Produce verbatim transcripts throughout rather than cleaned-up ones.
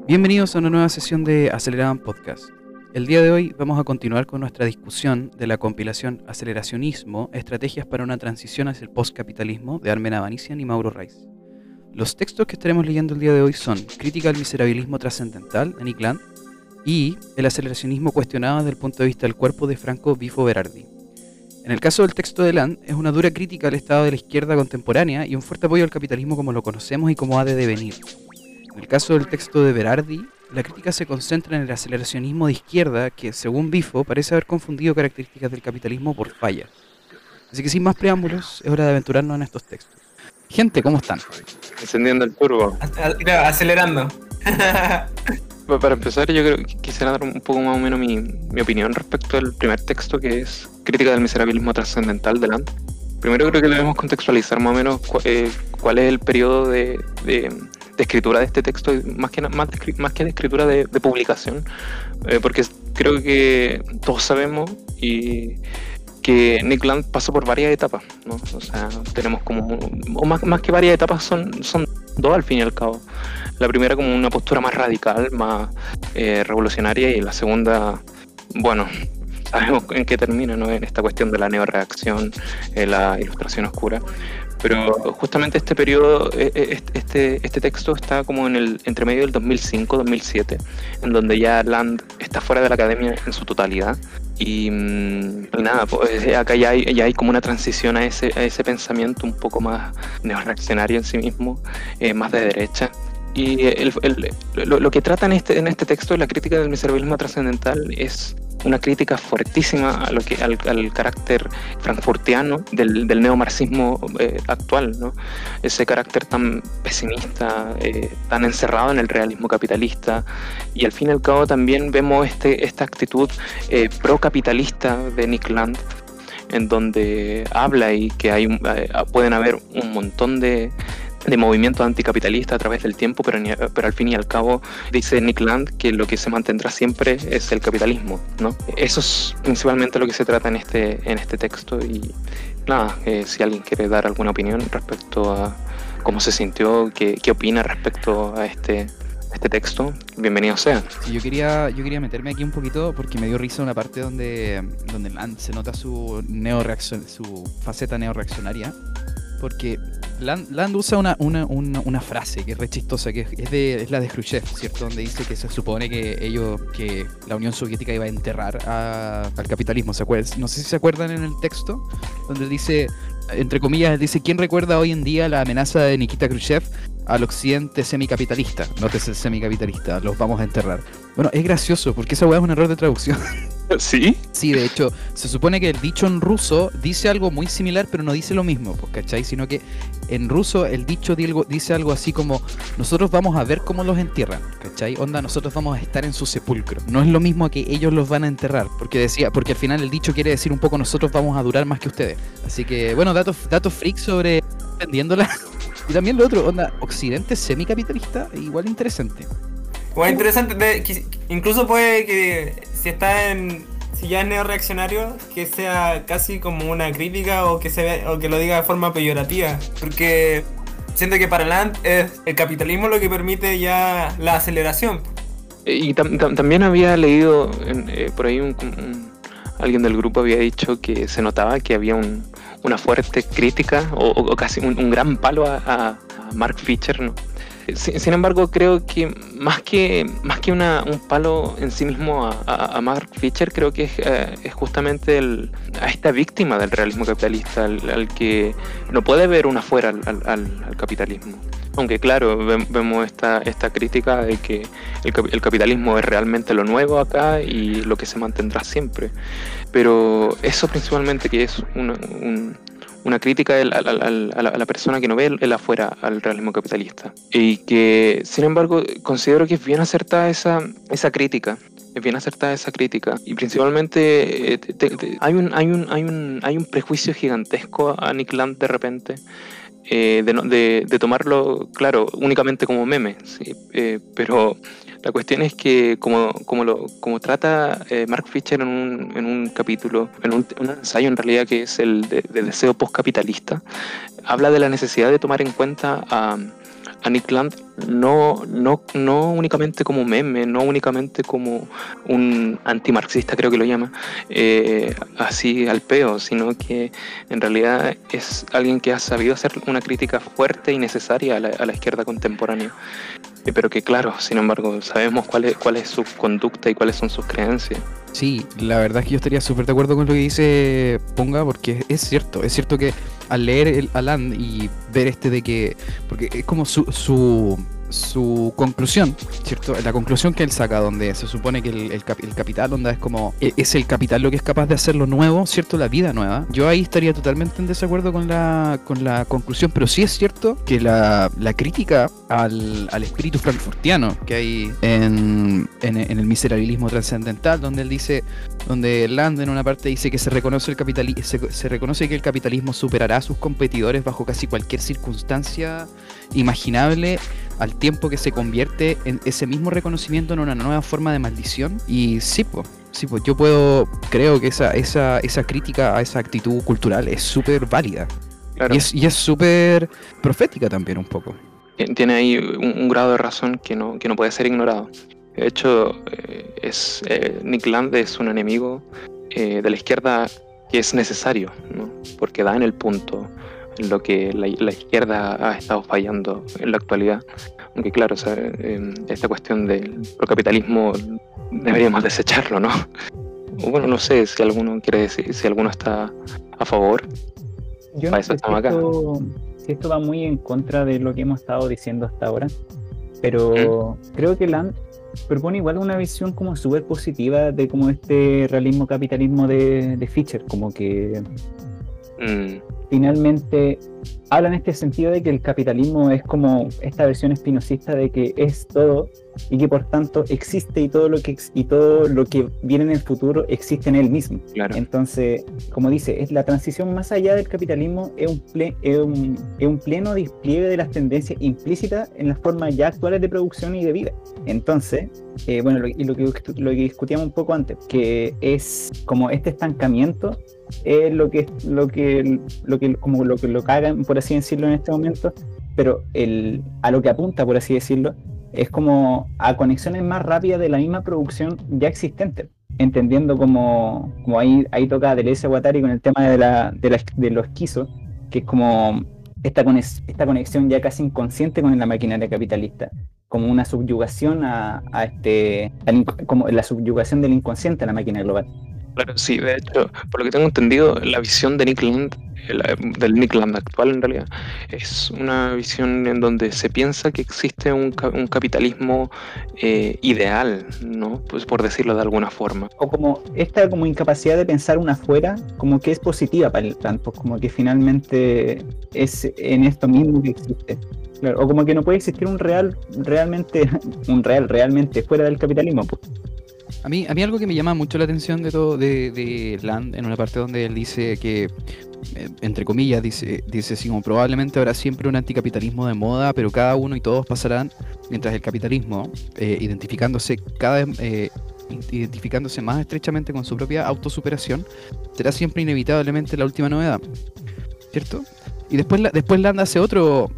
Bienvenidos a una nueva sesión de Aceleraban Podcast. El día de hoy vamos a continuar con nuestra discusión de la compilación Aceleracionismo, estrategias para una transición hacia el postcapitalismo de Armen Avanesian y Mauro Raiz. Los textos que estaremos leyendo el día de hoy son Crítica al miserabilismo trascendental de Nick Land y El aceleracionismo cuestionado desde el punto de vista del cuerpo de Franco Bifo Berardi. En el caso del texto de Land, es una dura crítica al estado de la izquierda contemporánea y un fuerte apoyo al capitalismo como lo conocemos y como ha de devenir. En el caso del texto de Berardi, la crítica se concentra en el aceleracionismo de izquierda que, según Bifo, parece haber confundido características del capitalismo por fallas. Así que sin más preámbulos, es hora de aventurarnos en estos textos. Gente, ¿cómo están? Encendiendo el turbo. Claro, acelerando. Para empezar, yo creo que quisiera dar un poco más o menos mi, mi opinión respecto al primer texto, que es Crítica del miserabilismo trascendental de Land. Primero creo que debemos contextualizar más o menos cu eh, cuál es el periodo de... de de escritura de este texto, más que, más, más que de escritura de, de publicación, eh, porque creo que todos sabemos y que Nick Land pasó por varias etapas, ¿no? O sea, tenemos como, o más, más que varias etapas, son, son dos al fin y al cabo. La primera como una postura más radical, más eh, revolucionaria, y la segunda, bueno, sabemos en qué termina, ¿no? En esta cuestión de la neoreacción, eh, la ilustración oscura. Pero justamente este periodo, este, este texto está como en el entre medio del dos mil cinco dos mil siete, en donde ya Land está fuera de la academia en su totalidad. Y, y nada, pues acá ya hay, ya hay como una transición a ese, a ese pensamiento un poco más neoreaccionario en sí mismo, eh, más de derecha. Y el, el, lo, lo que trata en este, en este texto, la crítica del miserabilismo trascendental, es una crítica fuertísima a lo que, al, al carácter frankfurtiano del, del neomarxismo eh, actual, ¿no? Ese carácter tan pesimista, eh, tan encerrado en el realismo capitalista, y al fin y al cabo también vemos este, esta actitud eh, pro-capitalista de Nick Land, en donde habla y que hay, eh, pueden haber un montón de de movimientos anticapitalistas a través del tiempo, pero, pero al fin y al cabo dice Nick Land que lo que se mantendrá siempre es el capitalismo, ¿no? Eso es principalmente lo que se trata en este, en este texto. Y nada, eh, si alguien quiere dar alguna opinión respecto a cómo se sintió, qué, qué opina respecto a este, este texto, bienvenido sea. Sí, yo quería, yo quería meterme aquí un poquito porque me dio risa una parte donde, donde Land se nota su, neoreaccion, su faceta neoreaccionaria. Porque Land, Land usa una, una, una, una frase que es re chistosa, que es, de, es la de Khrushchev, ¿cierto? Donde dice que se supone que ellos, que la Unión Soviética iba a enterrar a, al capitalismo. ¿Se acuerdan? No sé si se acuerdan en el texto, donde dice, entre comillas, dice: ¿quién recuerda hoy en día la amenaza de Nikita Khrushchev al occidente semicapitalista? Nótese el semicapitalista, los vamos a enterrar. Bueno, es gracioso porque esa weá es un error de traducción. ¿Sí? Sí, de hecho, se supone que el dicho en ruso dice algo muy similar, pero no dice lo mismo, pues, ¿cachai? Sino que en ruso el dicho dice algo así como: nosotros vamos a ver cómo los entierran, ¿cachai? Onda, nosotros vamos a estar en su sepulcro. No es lo mismo a que ellos los van a enterrar, porque decía, porque al final el dicho quiere decir un poco: nosotros vamos a durar más que ustedes. Así que, bueno, datos, datos freak sobre entendiéndola. Y también lo otro, onda, occidente semicapitalista, igual interesante. Bueno, interesante, de, que, incluso puede que si está en, si ya es neoreaccionario, que sea casi como una crítica o que se ve, o que lo diga de forma peyorativa, porque siento que para Land es el capitalismo lo que permite ya la aceleración. Y tam tam también había leído en, eh, por ahí un, un, alguien del grupo había dicho que se notaba que había un, una fuerte crítica o, o casi un, un gran palo a, a, a Mark Fisher, ¿no? Sin embargo, creo que más que más que una, un palo en sí mismo a, a, a Mark Fisher, creo que es, eh, es justamente el, a esta víctima del realismo capitalista, al, al que no puede ver una fuera al, al, al capitalismo. Aunque claro, ve, vemos esta, esta crítica de que el, el capitalismo es realmente lo nuevo acá y lo que se mantendrá siempre. Pero eso principalmente, que es una, un... una crítica a la, a, la, a la persona que no ve el, el afuera al realismo capitalista, y que sin embargo considero que es bien acertada esa, esa crítica es bien acertada esa crítica y principalmente eh, te, te, hay, un, hay, un, hay, un, hay un prejuicio gigantesco a Nick Land de repente, eh, de, de, de tomarlo, claro, únicamente como meme, ¿sí? eh, pero la cuestión es que como, como, lo, como trata eh, Mark Fisher en un, en un capítulo, en un, un ensayo en realidad, que es el de, de deseo postcapitalista, habla de la necesidad de tomar en cuenta a, a Nick Land no, no, no únicamente como meme, no únicamente como un antimarxista, creo que lo llama, eh, así al peo, sino que en realidad es alguien que ha sabido hacer una crítica fuerte y necesaria a la, a la izquierda contemporánea. Eh, pero que claro, sin embargo, sabemos cuál es, cuál es su conducta y cuáles son sus creencias. Sí, la verdad es que yo estaría súper de acuerdo con lo que dice Ponga, porque es cierto, es cierto que al leer el, a Land y ver este de que, porque es como su, su, su conclusión, ¿cierto? La conclusión que él saca, donde se supone que el, el, cap, el capital, onda, es como, es el capital lo que es capaz de hacer lo nuevo, ¿cierto? La vida nueva. Yo ahí estaría totalmente en desacuerdo con la, con la conclusión, pero sí es cierto que la, la crítica al, al espíritu frankfurtiano que hay en, en, en el miserabilismo trascendental, donde él dice, donde Land en una parte dice que se reconoce el capitali- se, se reconoce que el capitalismo superará a sus competidores bajo casi cualquier circunstancia imaginable, al tiempo que se convierte en ese mismo reconocimiento en una nueva forma de maldición. Y sí, pues, sí, pues yo puedo, creo que esa, esa, esa crítica a esa actitud cultural es súper válida. Claro. Y es y es súper profética también un poco. Tiene ahí un, un grado de razón que no, que no puede ser ignorado. De hecho, eh, es, eh, Nick Land es un enemigo eh, de la izquierda que es necesario, ¿no? Porque da en el punto en lo que la, la izquierda ha estado fallando en la actualidad. Aunque claro, o sea, eh, esta cuestión del procapitalismo deberíamos desecharlo, ¿no? O bueno, no sé si alguno quiere decir, si alguno está a favor. Yo no sé si esto, si esto va muy en contra de lo que hemos estado diciendo hasta ahora, pero ¿Mm? creo que Land propone igual una visión como súper positiva de como este realismo capitalismo de, de Fischer, como que mm. finalmente habla en este sentido de que el capitalismo es como esta versión espinosista de que es todo y que por tanto existe y todo lo que y todo lo que viene en el futuro existe en él mismo. Claro. Entonces, como dice, es la transición más allá del capitalismo es un, ple, es un, es un pleno despliegue de las tendencias implícitas en las formas ya actuales de producción y de vida. Entonces, eh, bueno, lo, y lo que, lo que discutíamos un poco antes, que es como este estancamiento es lo que lo que lo que como lo que lo cagan, por así decirlo, en este momento, pero el a lo que apunta, por así decirlo, es como a conexiones más rápidas de la misma producción ya existente, entendiendo como, como ahí, ahí toca Deleuze y Guattari con el tema de, la, de, la, de los esquizos, que es como esta, conex, esta conexión ya casi inconsciente con la maquinaria capitalista, como una subyugación a, a este, a, como la subyugación del inconsciente a la máquina global. Claro, sí, de hecho, por lo que tengo entendido, la visión de Nick Land, del Nick Land actual en realidad, es una visión en donde se piensa que existe un, un capitalismo eh, ideal, ¿no? Pues por decirlo de alguna forma. O como esta como incapacidad de pensar una afuera, como que es positiva para el Land, pues como que finalmente es en esto mismo que existe. Claro, o como que no puede existir un real, realmente, un real, realmente fuera del capitalismo, pues. A mí, a mí algo que me llama mucho la atención de todo de, de Land, en una parte donde él dice que, eh, entre comillas, dice, dice así como probablemente habrá siempre un anticapitalismo de moda, pero cada uno y todos pasarán, mientras el capitalismo, eh, identificándose cada vez, eh, identificándose más estrechamente con su propia autosuperación, será siempre inevitablemente la última novedad, ¿cierto? Y después, después Land hace otro...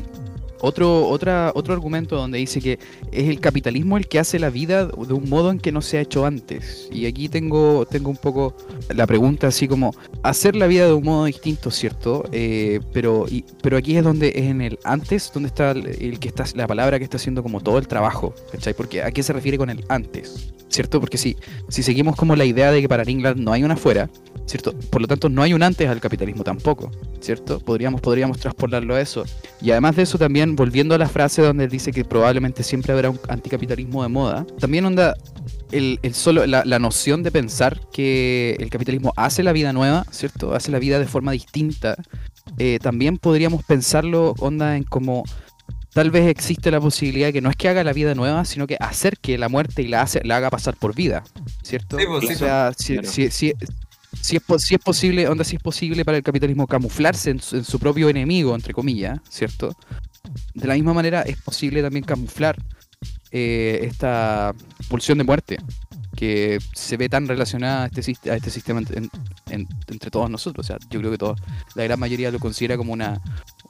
Otro, otra, otro argumento donde dice que es el capitalismo el que hace la vida de un modo en que no se ha hecho antes. Y aquí tengo, tengo un poco la pregunta así como, hacer la vida de un modo distinto, ¿cierto? Eh, pero, y, pero aquí es donde es en el antes, donde está el, el que está, la palabra que está haciendo como todo el trabajo, ¿cachai? Porque ¿a qué se refiere con el antes? ¿Cierto? Porque si, si seguimos como la idea de que para Nick Land no hay una afuera, ¿cierto? Por lo tanto no hay un antes al capitalismo tampoco, ¿cierto? Podríamos, podríamos traspolarlo a eso. Y además de eso también, volviendo a la frase donde él dice que probablemente siempre habrá un anticapitalismo de moda, también onda el, el solo, la, la noción de pensar que el capitalismo hace la vida nueva, ¿cierto? Hace la vida de forma distinta. Eh, también podríamos pensarlo onda en como tal vez existe la posibilidad de que no es que haga la vida nueva, sino que acerque la muerte y la, hace, la haga pasar por vida, ¿cierto? Sí, pues, o sí, sea, sí, si, claro. si, si, si, es, si es posible, onda, si es posible para el capitalismo camuflarse en su, en su propio enemigo, entre comillas, ¿cierto? De la misma manera es posible también camuflar eh, esta pulsión de muerte que se ve tan relacionada a este, a este sistema en, en, en, entre todos nosotros. O sea, yo creo que todos, la gran mayoría lo considera como una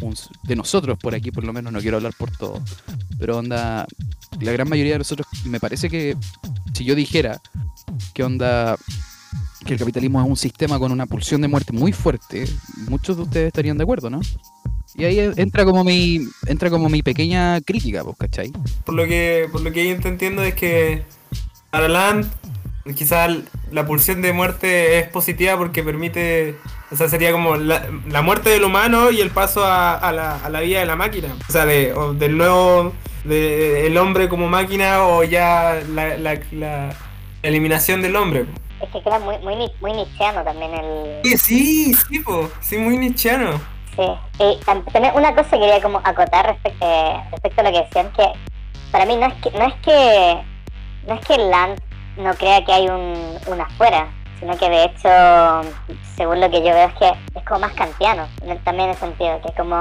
un, de nosotros por aquí, por lo menos, no quiero hablar por todos, pero onda, la gran mayoría de nosotros, me parece que si yo dijera que onda, que el capitalismo es un sistema con una pulsión de muerte muy fuerte, muchos de ustedes estarían de acuerdo, ¿no? Y ahí entra como mi entra como mi pequeña crítica, pues, ¿cachai? Por lo que por lo que yo entiendo es que para Land quizás la pulsión de muerte es positiva porque permite, o sea, sería como la, la muerte del humano y el paso a, a, la, a la vida de la máquina, o sea, de, o del nuevo, de, el hombre como máquina o ya la, la, la eliminación del hombre. Es que queda muy, muy, ni- muy nicheano también el... Sí, sí, sí, po, sí, muy nichiano. Sí. Y tam- también una cosa que quería como acotar respecto, eh, respecto a lo que decían, que para mí no es que no es que no es que Land no crea que hay un, un afuera, sino que de hecho, según lo que yo veo, es que es como más kantiano, también en el sentido, que es como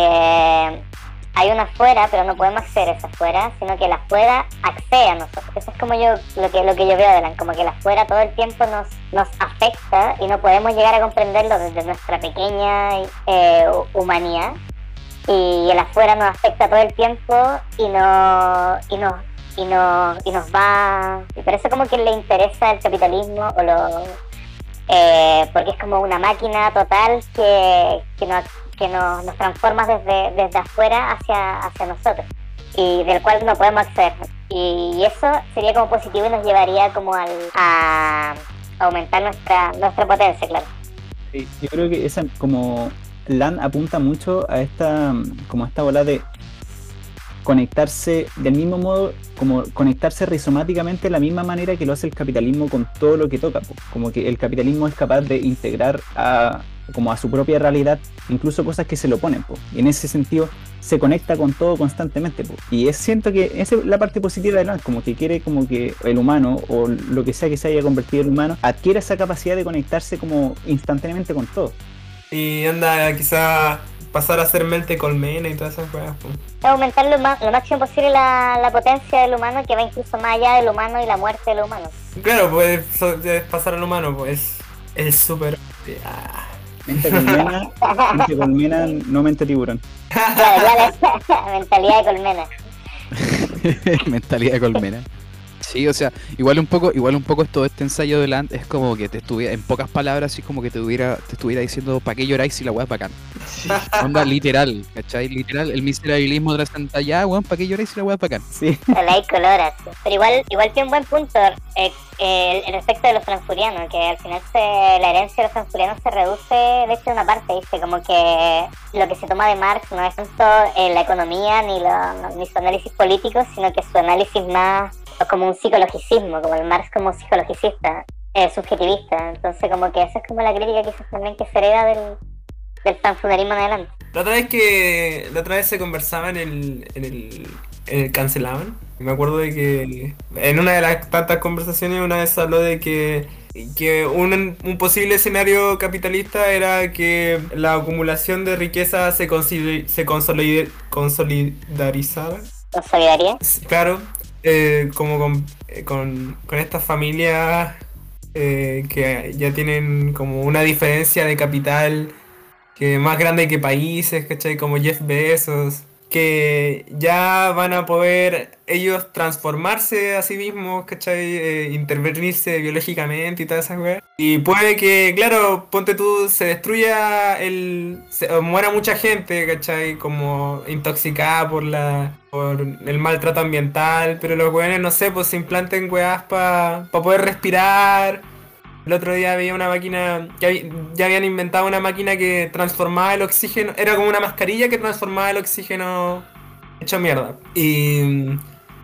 que hay un afuera, pero no podemos acceder a ese afuera, sino que el afuera accede a nosotros. Eso es como yo lo que lo que yo veo de Land, como que el afuera todo el tiempo nos, nos afecta y no podemos llegar a comprenderlo desde nuestra pequeña eh, humanidad. Y el afuera nos afecta todo el tiempo y no y nos y nos y nos va, y por eso como que le interesa el capitalismo o lo eh, porque es como una máquina total que que nos que nos, nos transforma desde desde afuera hacia hacia nosotros y del cual no podemos acceder, y eso sería como positivo y nos llevaría como al a aumentar nuestra nuestra potencia, claro. Sí, yo creo que esa como Land apunta mucho a esta como a esta bola de conectarse del mismo modo, como conectarse rizomáticamente de la misma manera que lo hace el capitalismo con todo lo que toca, po. Como que el capitalismo es capaz de integrar a como a su propia realidad incluso cosas que se lo oponen, po. Y en ese sentido se conecta con todo constantemente, po. Y es, siento que esa es la parte positiva de Land, como que quiere como que el humano o lo que sea que se haya convertido el humano adquiera esa capacidad de conectarse como instantáneamente con todo. Y anda quizá pasar a ser mente colmena y todas esas cosas. Aumentar lo, ma- lo máximo posible la, la potencia del humano, que va incluso más allá del humano y la muerte del humano. Claro, pues so- es pasar al humano, pues es súper... Ah. Mente colmena, mente colmena, no mente tiburón. Claro, claro, mentalidad de colmena. Mentalidad de colmena. Sí, o sea, igual un poco, igual un poco todo este ensayo de Land es como que te estuviera, en pocas palabras, así como que te tuviera, te estuviera diciendo ¿para qué lloráis si la weá es bacán? Onda literal, ¿cachai? Literal, el miserabilismo de la santa ya, weón, ¿para qué lloráis si la weá es bacán? Sí. La hay colores. Pero igual, igual tiene un buen punto eh, eh, el respecto de los transfurianos, que al final se, la herencia de los transfurianos se reduce, de hecho, a una parte, ¿viste? Como que lo que se toma de Marx no es tanto eh, la economía ni, lo, ni su análisis político, sino que su análisis más como un psicologicismo, como el Marx como psicologicista, eh, subjetivista. Entonces como que esa es como la crítica quizás también que se hereda del, del transfunerismo en adelante. La otra vez que la otra vez se conversaba en el en el, en el Cancelaban, me acuerdo de que en una de las tantas conversaciones una vez habló de que que un, un posible escenario capitalista era que la acumulación de riqueza se consolid, se consolid, consolidarizara. ¿Consolidaría? Claro. Eh, como con, eh, con, con estas familias eh, que ya tienen como una diferencia de capital que más grande que países, ¿cachai? Como Jeff Bezos, que ya van a poder ellos transformarse a sí mismos, ¿cachai? Eh, intervenirse biológicamente y todas esas cosas. Y puede que, claro, ponte tú, se destruya el... Se, o muera mucha gente, ¿cachai? Como intoxicada por la... por el maltrato ambiental, pero los weones, no sé, pues se implanten weas para pa poder respirar. El otro día veía una máquina, ya, ya habían inventado una máquina que transformaba el oxígeno, era como una mascarilla que transformaba el oxígeno hecho mierda. Y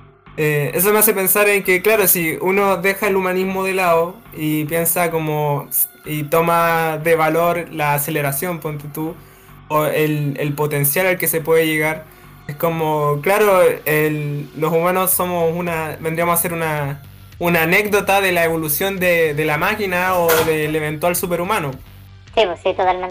eh, eso me hace pensar en que, claro, si uno deja el humanismo de lado y piensa como, y toma de valor la aceleración, ponte tú, o el, el potencial al que se puede llegar, es como, claro, el, los humanos somos una, vendríamos a ser una... una anécdota de la evolución de, de la máquina o del eventual superhumano. Sí, pues sí, totalmente.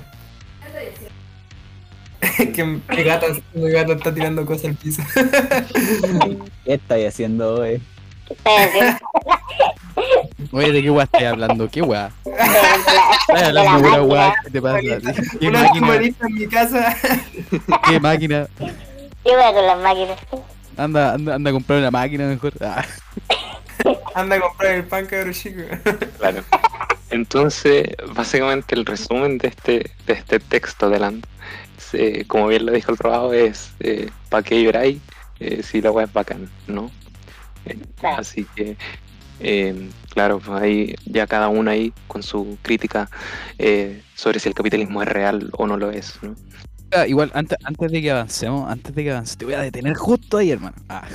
que mi gata, mi gata está tirando cosas al piso. ¿Qué estáis haciendo hoy? ¿Qué estoy haciendo? Oye, ¿de qué weá estás hablando? ¿Qué weá? De, de la, Estás de la hablando de pura máquina. weá, ¿qué te pasa? ¿Qué Una máquina? humanista en mi casa. ¿Qué máquina? ¿Qué voy con las máquinas? Anda, anda, anda a comprar una máquina mejor. Ah. Anda a comprar el pan, cabrón chico. Claro. Entonces, básicamente el resumen de este, de este texto de Land, eh, como bien lo dijo el robado, es eh, ¿para qué lloráis eh, si la weá es bacán, ¿no? Eh, Claro. así que, eh, claro, pues ahí ya cada uno ahí con su crítica eh, sobre si el capitalismo es real o no lo es, ¿no? Ah, igual, antes, antes de que avancemos, antes de que avancemos, te voy a detener justo ahí, hermano. Ah.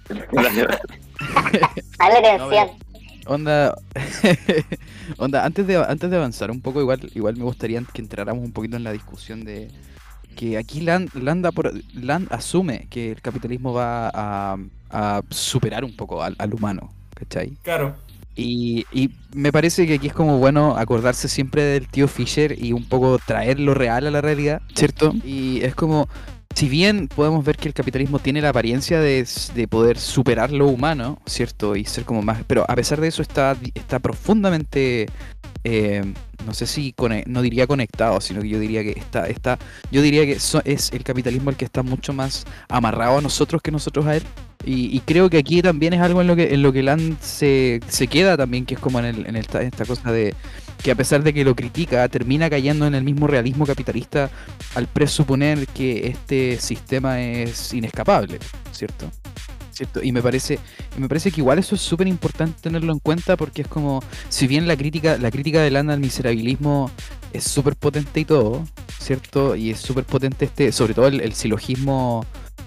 Dale No, tensión. Onda, onda, antes de antes de avanzar un poco, igual, igual me gustaría que entráramos un poquito en la discusión de que aquí Land, Land, da por- Land asume que el capitalismo va a, a superar un poco al, al humano, ¿cachai? Claro. Y, y me parece que aquí es como bueno acordarse siempre del tío Fisher y un poco traer lo real a la realidad, ¿cierto? Y es como, si bien podemos ver que el capitalismo tiene la apariencia de, s- de poder superar lo humano, ¿cierto? Y ser como más, pero a pesar de eso está, di- está profundamente, eh, no sé si, cone- no diría conectado, sino que yo diría que está, está yo diría que so- es el capitalismo el que está mucho más amarrado a nosotros que nosotros a él. Y, y creo que aquí también es algo en lo que en lo que Land se, se queda también, que es como en, el, en esta, esta cosa de que a pesar de que lo critica, termina cayendo en el mismo realismo capitalista al presuponer que este sistema es inescapable, ¿cierto? ¿Cierto? Y me parece, y me parece que igual eso es súper importante tenerlo en cuenta porque es como, si bien la crítica, la crítica de Land al miserabilismo es súper potente y todo, ¿cierto? Y es súper potente este, sobre todo el, el silogismo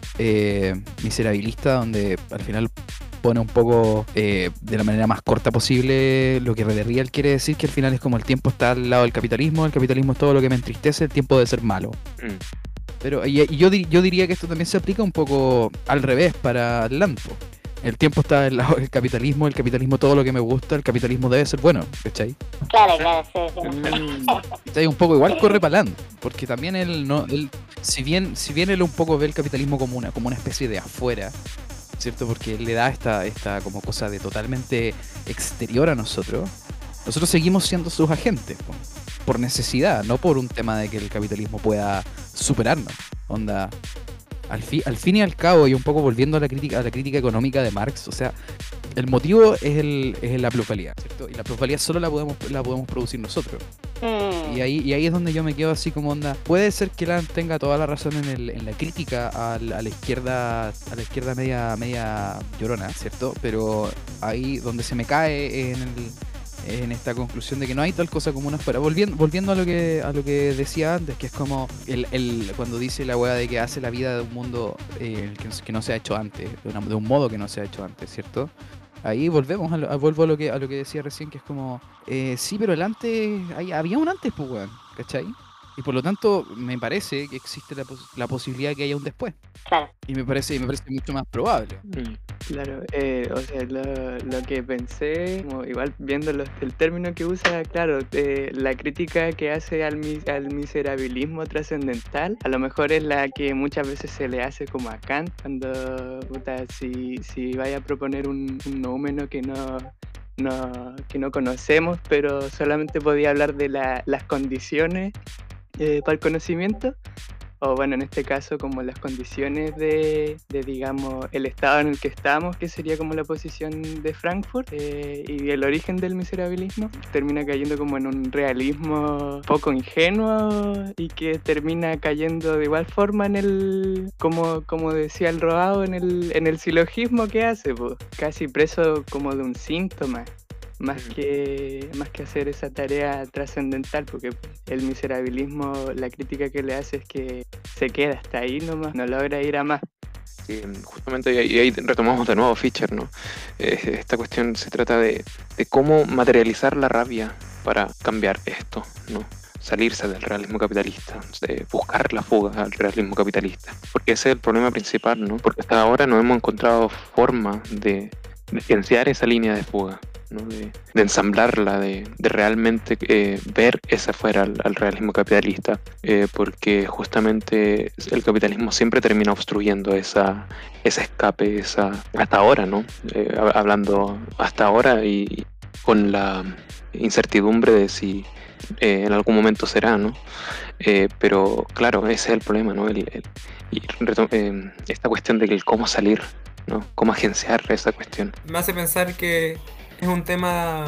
eh, miserabilista, donde al final pone un poco eh, de la manera más corta posible lo que Red Real quiere decir, que al final es como el tiempo está al lado del capitalismo, el capitalismo es todo lo que me entristece, el tiempo debe ser malo. Mm. Pero y, y yo, dir- yo diría que esto también se aplica un poco al revés para Land, po. El tiempo está del lado del capitalismo, el capitalismo todo lo que me gusta, el capitalismo debe ser bueno, ¿cachai? Claro, claro, sí, sí. Mm. ¿Cachai? Un poco igual corre para Land, porque también él no, él, si bien, si bien él un poco ve el capitalismo como una, como una especie de afuera, ¿cierto? Porque él le da esta, esta como cosa de totalmente exterior a nosotros, nosotros seguimos siendo sus agentes, po, por necesidad, no por un tema de que el capitalismo pueda superarnos. Onda, al, fi- al fin y al cabo, y un poco volviendo a la crítica, a la crítica económica de Marx, o sea, el motivo es, el, es la plusvalía, ¿cierto? Y la plusvalía solo la podemos, la podemos producir nosotros. Mm, Y ahí, y ahí es donde yo me quedo así como onda. Puede ser que Land tenga toda la razón en, el, en la crítica al- a, la izquierda, a la izquierda media, media llorona, ¿cierto? Pero ahí donde se me cae en, el- en esta conclusión de que no hay tal cosa como una afuera. Volviendo, volviendo a lo que a lo que decía antes, que es como el, el cuando dice la wea de que hace la vida de un mundo eh, que, no- que no se ha hecho antes, de, una- de un modo que no se ha hecho antes, ¿cierto? Ahí volvemos a, lo- a- vuelvo a lo que a lo que decía recién, que es como eh, sí, pero el antes, ahí había un antes, pues, weón, ¿cachai? Y por lo tanto, me parece que existe la, pos- la posibilidad de que haya un después. claro. Y me parece, y me parece mucho más probable. Mm. Claro, eh, o sea, lo, lo que pensé, como igual viendo los- el término que usa, claro, eh, la crítica que hace al, mi- al miserabilismo trascendental, a lo mejor es la que muchas veces se le hace como a Kant, cuando, puta, si, si vaya a proponer un, un noumeno que no, no, que no conocemos, pero solamente podía hablar de la- las condiciones eh, para el conocimiento, o bueno, en este caso como las condiciones de, de, digamos, el estado en el que estamos, que sería como la posición de Frankfurt, eh, y el origen del miserabilismo, termina cayendo como en un realismo poco ingenuo y que termina cayendo de igual forma en el, como, como decía el Roao, en el, en el silogismo que hace, pues, casi preso como de un síntoma. Más Ujú. que, más que hacer esa tarea trascendental, porque el miserabilismo, la crítica que le hace es que se queda hasta ahí nomás, no logra ir a más. Sí, justamente y ahí, y ahí retomamos de nuevo Fischer, ¿no? Eh, esta cuestión se trata de, de cómo materializar la rabia para cambiar esto, ¿no? Salirse del realismo capitalista, de buscar la fuga al realismo capitalista. Porque ese es el problema principal, ¿no? Porque hasta ahora no hemos encontrado forma de, de cienciar esa línea de fuga, ¿no? De, de ensamblarla, de, de realmente eh, ver esa fuera al, al realismo capitalista, eh, porque justamente el capitalismo siempre termina obstruyendo esa, ese escape, esa hasta ahora, ¿no? Eh, hab- hablando hasta ahora y con la incertidumbre de si eh, en algún momento será, ¿no? Eh, pero claro, ese es el problema, ¿no? El, el, y reto- eh, esta cuestión de que el cómo salir, ¿no? Cómo agenciar esa cuestión. Me hace pensar que es un tema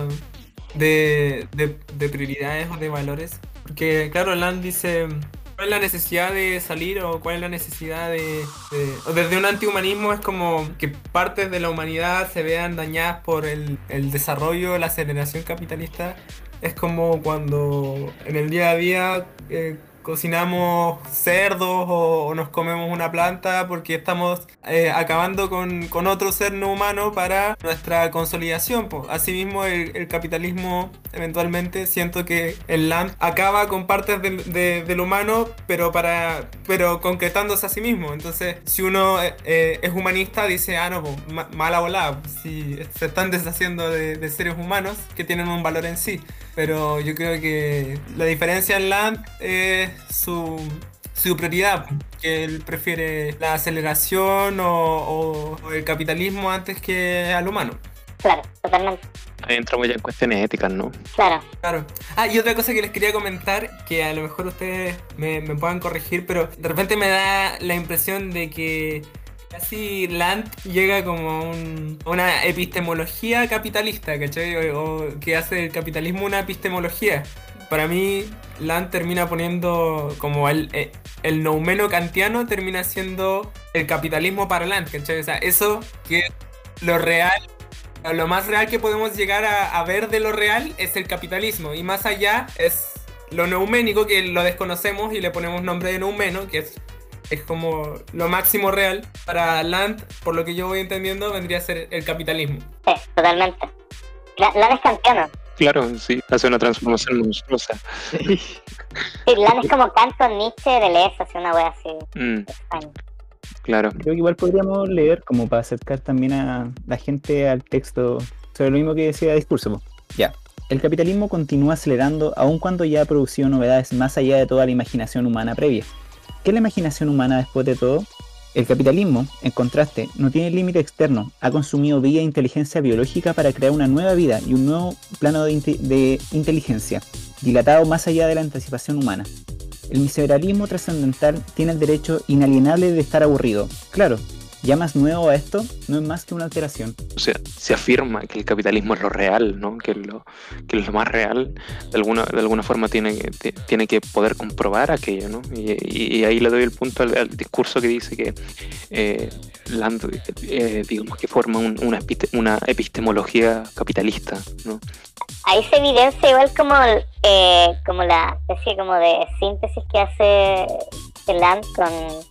de, de, de prioridades o de valores. Porque, claro, Land dice, ¿cuál es la necesidad de salir o cuál es la necesidad de... de- o desde un antihumanismo es como que partes de la humanidad se vean dañadas por el, el desarrollo, la aceleración capitalista. Es como cuando en el día a día eh, cocinamos cerdos o, o nos comemos una planta porque estamos eh, acabando con, con otro ser no humano para nuestra consolidación, po. Asimismo, el, el capitalismo eventualmente siento que el Land acaba con partes del, de- del humano, pero para pero concretándose a sí mismo. Entonces, si uno eh, eh, es humanista, dice, ah, no, po, ma- mala volada, si se están deshaciendo de, de seres humanos que tienen un valor en sí. Pero yo creo que la diferencia en Land es su, su prioridad, que él prefiere la aceleración o, o- o el capitalismo antes que al humano. Claro, totalmente. Ahí entramos ya en cuestiones éticas, ¿no? Claro. Claro. Ah, y otra cosa que les quería comentar, que a lo mejor ustedes me, me puedan corregir, pero de repente me da la impresión de que casi Land llega como a un- una epistemología capitalista, ¿cachai? O, o que hace del capitalismo una epistemología. Para mí, Land termina poniendo como el, eh, el noumeno kantiano termina siendo el capitalismo para Land, ¿cachai? O sea, eso que es lo real, o lo más real que podemos llegar a, a ver de lo real es el capitalismo, y más allá es lo nouménico, que lo desconocemos y le ponemos nombre de noumeno, que es es como lo máximo real. Para Land, por lo que yo voy entendiendo, vendría a ser el capitalismo. Sí, totalmente. La- Lan es kantiano. Claro, sí, hace una transformación monstruosa. Sí, Lan es como Kant con Nietzsche de Deleuze, así una wea así Mm, extraña. claro. Creo que igual podríamos leer como para acercar también a la gente al texto sobre lo mismo que decía el discurso, po. Ya. El capitalismo continúa acelerando aun cuando ya ha producido novedades más allá de toda la imaginación humana previa. ¿Qué es la imaginación humana después de todo? El capitalismo, en contraste, no tiene límite externo, ha consumido vida e inteligencia biológica para crear una nueva vida y un nuevo plano de, inte- de inteligencia, dilatado más allá de la anticipación humana. El miserabilismo trascendental tiene el derecho inalienable de estar aburrido. Claro, ¿llamas nuevo a esto? No es más que una alteración. O sea, se afirma que el capitalismo es lo real, ¿no? Que es lo, que es lo más real. De alguna, de alguna forma tiene, que- te- tiene que poder comprobar aquello, ¿no? Y, y- y ahí le doy el punto al, al discurso que dice que eh, Land, eh, digamos que forma un- una, episte- una epistemología capitalista, ¿no? Ahí se evidencia igual como, eh, como la especie como de síntesis que hace Land con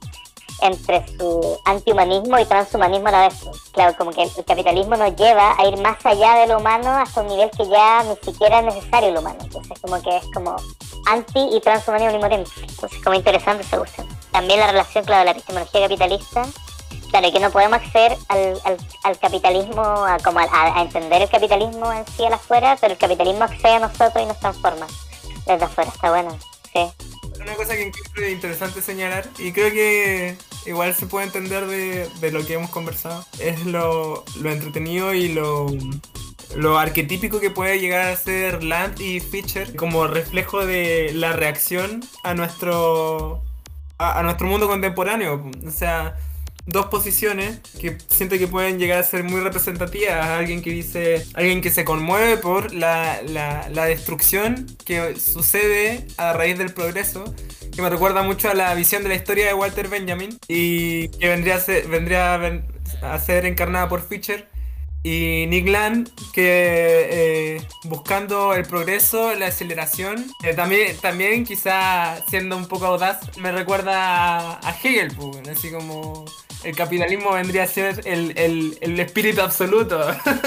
entre su antihumanismo y transhumanismo a la vez. Claro, como que el capitalismo nos lleva a ir más allá de lo humano hasta un nivel que ya ni siquiera es necesario lo humano. Entonces como que es como anti y transhumanismo al mismo tiempo. Entonces como interesante esa cuestión. También la relación, claro, de la epistemología capitalista. Claro, y que no podemos acceder al, al, al capitalismo, a, como a, a entender el capitalismo en sí a la afuera, pero el capitalismo accede a nosotros y nos transforma desde afuera. Está bueno, sí. Una cosa que encuentro interesante señalar, y creo que igual se puede entender de, de lo que hemos conversado, es lo, lo entretenido y lo, lo arquetípico que puede llegar a ser Land y Fischer como reflejo de la reacción a nuestro, a, a nuestro mundo contemporáneo. O sea, dos posiciones que siento que pueden llegar a ser muy representativas. Alguien que dice, alguien que se conmueve por la, la, la destrucción que sucede a raíz del progreso, que me recuerda mucho a la visión de la historia de Walter Benjamin y que vendría a ser, vendría a, ven- a ser encarnada por Fischer. Y Nick Land, que eh, buscando el progreso, la aceleración, eh, también, también quizá siendo un poco audaz, me recuerda a, a Hegel, pues, así como el capitalismo vendría a ser el, el, el espíritu absoluto.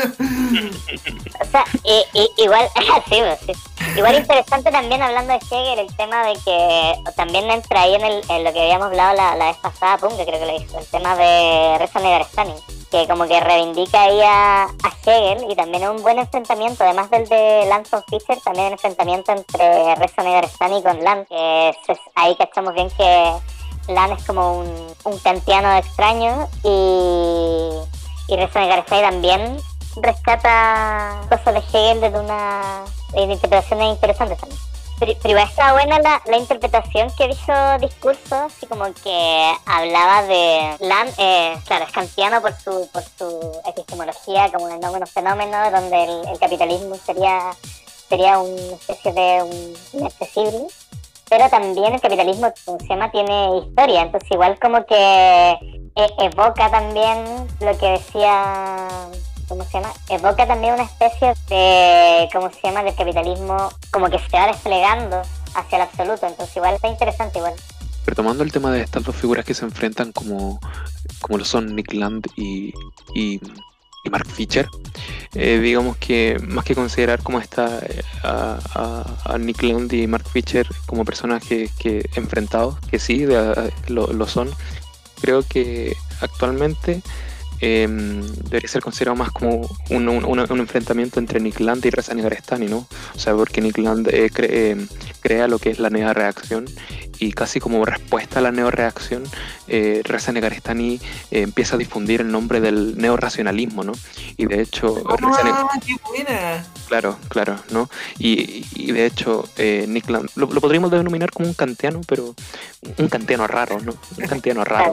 O sea, y, y, igual, sí, pues, sí. Igual interesante también hablando de Hegel, el tema de que también entra ahí en, el, en lo que habíamos hablado la, la vez pasada, Pum, que creo que lo hizo, el tema de Reza Negarestani, que como que reivindica ahí a, a Hegel, y también es un buen enfrentamiento, además del de Land con Fischer, también el enfrentamiento entre Reza Negarestani con Land, que es, es- ahí cachamos bien que Land es como un, un kantiano extraño y, y Reza Negarestani también rescata cosas de Hegel desde una de interpretaciones interesantes también. Pero, pero igual estaba buena la, la interpretación que dijo Discurso, así como que hablaba de Land, eh, claro, es kantiano por su, por su epistemología como un fenómeno fenómeno, donde el, el capitalismo sería, sería una especie de un inaccesible, pero también el capitalismo, como se llama, tiene historia, entonces igual como que e- evoca también lo que decía... ¿Cómo se llama? Evoca también una especie de, ¿cómo se llama?, del capitalismo como que se va desplegando hacia el absoluto, entonces igual está interesante igual. Retomando el tema de estas dos figuras que se enfrentan como, como lo son Nick Land y, y, y Mark Fisher, eh, digamos que más que considerar como esta eh, a, a, a Nick Land y Mark Fisher como personajes que enfrentados, que sí, de, a, lo, lo son, creo que actualmente Eh, debería ser considerado más como un, un, un, un enfrentamiento entre Nick Land y Reza Negarestani, ¿no? O sea, porque Nick Land eh, cre, eh, crea lo que es la neoreacción y casi como respuesta a la neoreacción, eh, Reza Negarestani eh, empieza a difundir el nombre del neorracionalismo, ¿no? Y de hecho... ¡Ah, qué buena! Claro, claro, ¿no? Y, y de hecho, eh, Nick Land, lo, lo podríamos denominar como un kantiano, pero un kantiano raro, ¿no? Un kantiano raro.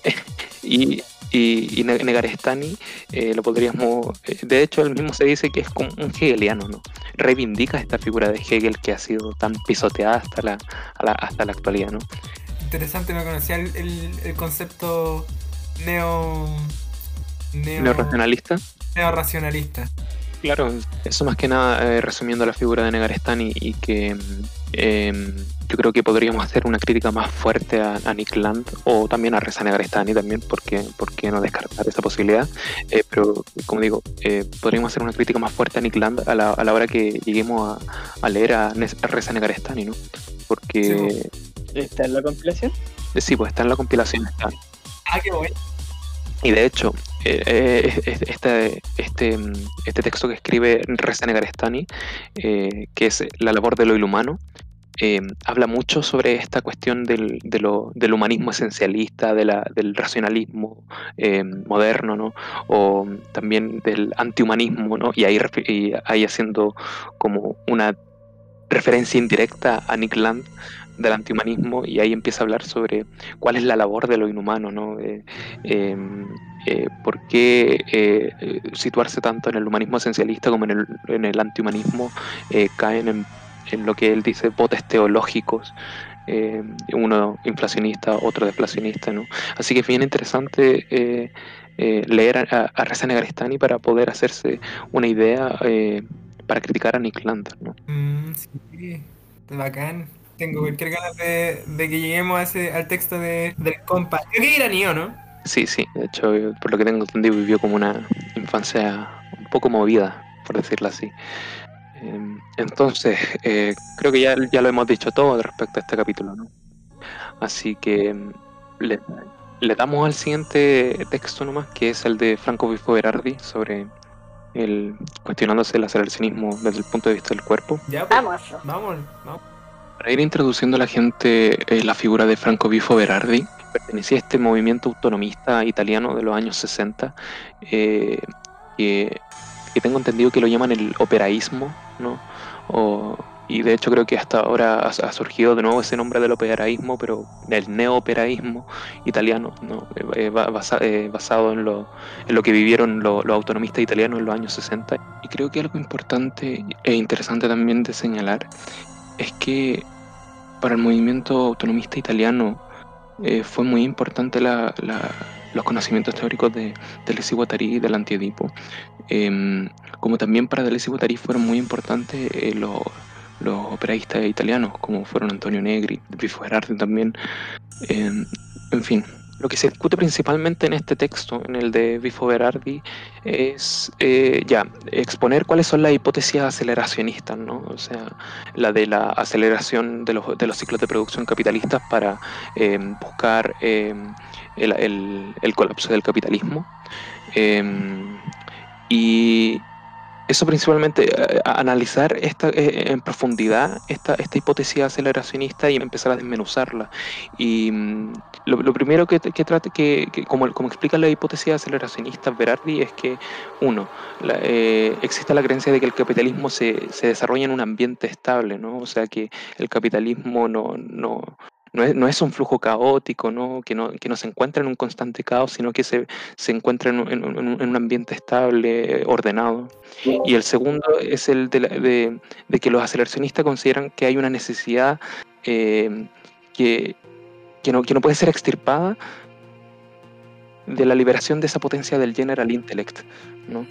y... Y, y Negarestani eh, lo podríamos, eh, de hecho él mismo se dice que es como un hegeliano, ¿no? Reivindica esta figura de Hegel que ha sido tan pisoteada hasta la, a la hasta la actualidad, ¿no? Interesante, no conocía el, el, el concepto neo, neo Neorracionalista. Neorracionalista. Claro, eso más que nada eh, resumiendo la figura de Negarestani y que eh, yo creo que podríamos hacer una crítica más fuerte a, a Nick Land o también a Reza Negarestani también, porque, porque no descartar esa posibilidad, eh, pero como digo, eh, podríamos hacer una crítica más fuerte a Nick Land a la, a la hora que lleguemos a, a leer a, a Reza Negarestani, ¿no? Porque... Sí, ¿está en la compilación? Eh, sí, pues está en la compilación. Está. Ah, qué bueno. Y de hecho, eh, eh, este, este, este texto que escribe Reza Negarestani, eh, que es La labor de lo inhumano, eh, habla mucho sobre esta cuestión del, de lo, del humanismo esencialista, de la, del racionalismo eh, moderno, ¿no? O también del antihumanismo, ¿no? Y ahí, y ahí haciendo como una referencia indirecta a Nick Land del antihumanismo, y ahí empieza a hablar sobre cuál es la labor de lo inhumano, ¿no? Eh, eh, eh, por qué eh, situarse tanto en el humanismo esencialista como en el, en el antihumanismo eh, caen en, en lo que él dice botes teológicos, eh, uno inflacionista, otro deflacionista, ¿no? Así que es bien interesante eh, eh, leer a, a Reza Negarestani para poder hacerse una idea eh, para criticar a Nick Land, ¿no? Mm, sí, bacán. Tengo cualquier ganas de, de que lleguemos a ese, al texto de, del compa. Creo que iraní, ¿o no? Sí, sí, de hecho, por lo que tengo entendido, vivió como una infancia un poco movida, por decirlo así. Eh, entonces, eh, creo que ya, ya lo hemos dicho todo respecto a este capítulo, ¿no? Así que le, le damos al siguiente texto nomás, que es el de Franco Bifo Berardi, sobre el cuestionándose el aceleracionismo desde el punto de vista del cuerpo. Ya, pues, Vamos. vamos, vamos. Para ir introduciendo a la gente eh, la figura de Franco Bifo Berardi, pertenecía a este movimiento autonomista italiano de los años sesenta, eh, que, que tengo entendido que lo llaman el operaísmo, ¿no? O, y de hecho creo que hasta ahora ha, ha surgido de nuevo ese nombre del operaísmo, pero el neooperaísmo italiano, ¿no? Eh, basa, eh, basado en lo, en lo que vivieron los lo autonomistas italianos en los años sesenta. Y creo que algo importante e interesante también de señalar es que para el movimiento autonomista italiano eh, fue muy importante la, la, los conocimientos teóricos de Deleuze y Guattari y del Anti-Edipo, eh, como también para Deleuze y Guattari fueron muy importantes eh, los, los operaístas italianos, como fueron Antonio Negri, Bifo Berardi también, eh, en fin. Lo que se discute principalmente en este texto, en el de Bifo Berardi, es eh, ya exponer cuáles son las hipótesis aceleracionistas, ¿no? O sea, la de la aceleración de los, de los ciclos de producción capitalistas para eh, buscar eh, el, el, el colapso del capitalismo. Eh, y, eso principalmente, eh, a- analizar esta, eh, en profundidad esta, esta hipótesis aceleracionista y empezar a desmenuzarla. Y mm, lo, lo primero que, que trata, que, que como, como explica la hipótesis aceleracionista Berardi, es que, uno, la- eh, existe la creencia de que el capitalismo se, se desarrolla en un ambiente estable, ¿no? O sea, que el capitalismo no, no, no es, no es un flujo caótico, ¿no? Que no, que no se encuentra en un constante caos, sino que se, se encuentra en un, en un- en un ambiente estable, ordenado. Y el segundo es el de, la- de- de que los aceleracionistas consideran que hay una necesidad eh, que, que, no, que no puede ser extirpada de la liberación de esa potencia del general intellect, ¿no?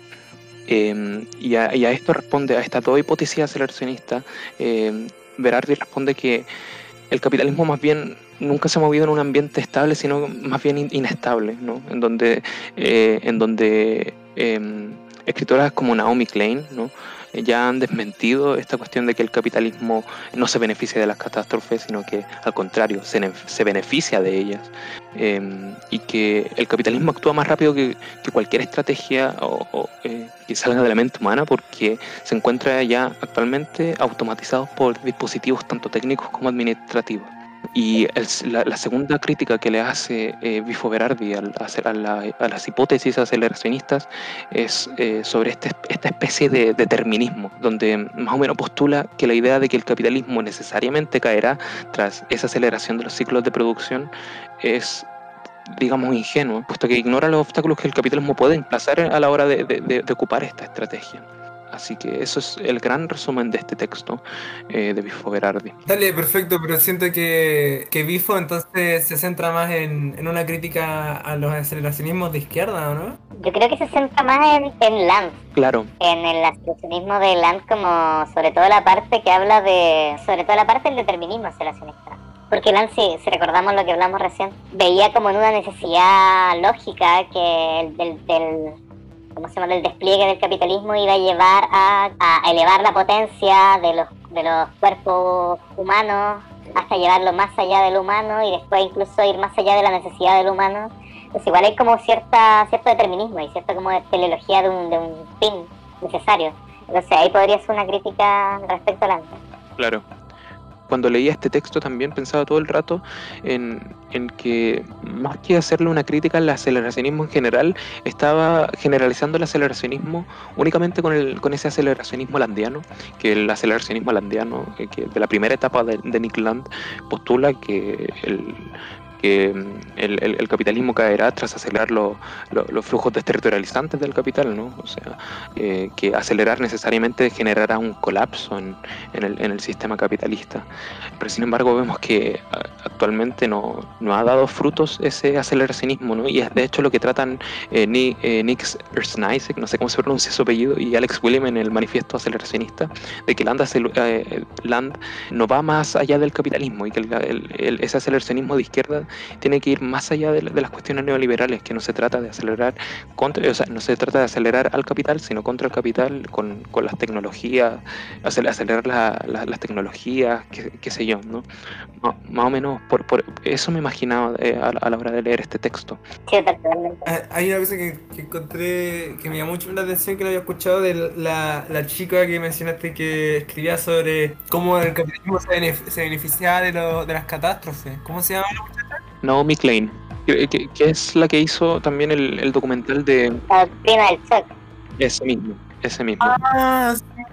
Eh, y, a, y a esto responde, a estas dos hipótesis aceleracionistas, eh, Berardi responde que el capitalismo más bien nunca se ha movido en un ambiente estable, sino más bien in- inestable, ¿no? En donde, eh, en donde eh, escritoras como Naomi Klein, ¿no? Eh, ya han desmentido esta cuestión de que el capitalismo no se beneficia de las catástrofes, sino que al contrario, se, ne- se beneficia de ellas. Eh, y que el capitalismo actúa más rápido que, que cualquier estrategia o, o, eh, que salga de la mente humana, porque se encuentra ya actualmente automatizado por dispositivos tanto técnicos como administrativos. Y el- la, la segunda crítica que le hace eh, Bifo Berardi al- a, la- a las hipótesis aceleracionistas es eh, sobre este- esta especie de determinismo, donde más o menos postula que la idea de que el capitalismo necesariamente caerá tras esa aceleración de los ciclos de producción es, digamos, ingenuo, puesto que ignora los obstáculos que el capitalismo puede emplazar a la hora de, de- de- de ocupar esta estrategia. Así que eso es el gran resumen de este texto eh, de Bifo Berardi. Dale, perfecto, pero siento que, que Bifo entonces se centra más en, en una crítica a los aceleracionismos de izquierda, ¿o no? Yo creo que se centra más en, en Land, Claro, en el aceleracionismo de Land, como sobre todo la parte que habla de, sobre todo la parte del determinismo aceleracionista. Porque Land, si, si recordamos lo que hablamos recién, veía como en una necesidad lógica que el del, del ¿cómo se llama? Del despliegue del capitalismo iba a llevar a, a elevar la potencia de los, de los cuerpos humanos hasta llevarlo más allá del humano y después incluso ir más allá de la necesidad del humano. Pues igual hay como cierta cierto determinismo y cierta como teleología de un, de un fin necesario. Entonces ahí podría ser una crítica respecto a la... claro. Cuando leía este texto también pensaba todo el rato en, en que más que hacerle una crítica al aceleracionismo en general, estaba generalizando el aceleracionismo únicamente con, el, con ese aceleracionismo landiano, que el aceleracionismo landiano, eh, que de la primera etapa de, de Nick Land, postula que el que el, el, el capitalismo caerá tras acelerar lo, lo, los flujos desterritorializantes del capital, ¿no? O sea, eh, que acelerar necesariamente generará un colapso en, en, el, en el sistema capitalista. Pero sin embargo vemos que actualmente no, no ha dado frutos ese aceleracionismo, ¿no? Y es de hecho lo que tratan eh, Nick, eh, Nick Ersneisek, no sé cómo se pronuncia su apellido, y Alex Willem en el manifiesto aceleracionista, de que Land, eh, Land no va más allá del capitalismo y que el, el, el, ese aceleracionismo de izquierda tiene que ir más allá de, de las cuestiones neoliberales, que no se trata de acelerar contra, o sea, no se trata de acelerar al capital, sino contra el capital con, con las tecnologías, acelerar la, la, las tecnologías, qué, qué sé yo, ¿no? Más, más o menos por, por eso me imaginaba eh, a, a la hora de leer este texto. Sí, totalmente. Hay una cosa que, que encontré que me llamó mucho la atención, que lo había escuchado de la, la chica que mencionaste que escribía sobre cómo el capitalismo se, benef se beneficiaba de, lo, de las catástrofes. ¿Cómo se llama la muchacha? Naomi Klein, que, que, que es la que hizo también el, el documental de... La doctrina del shock. Ese mismo, ese mismo. Ah,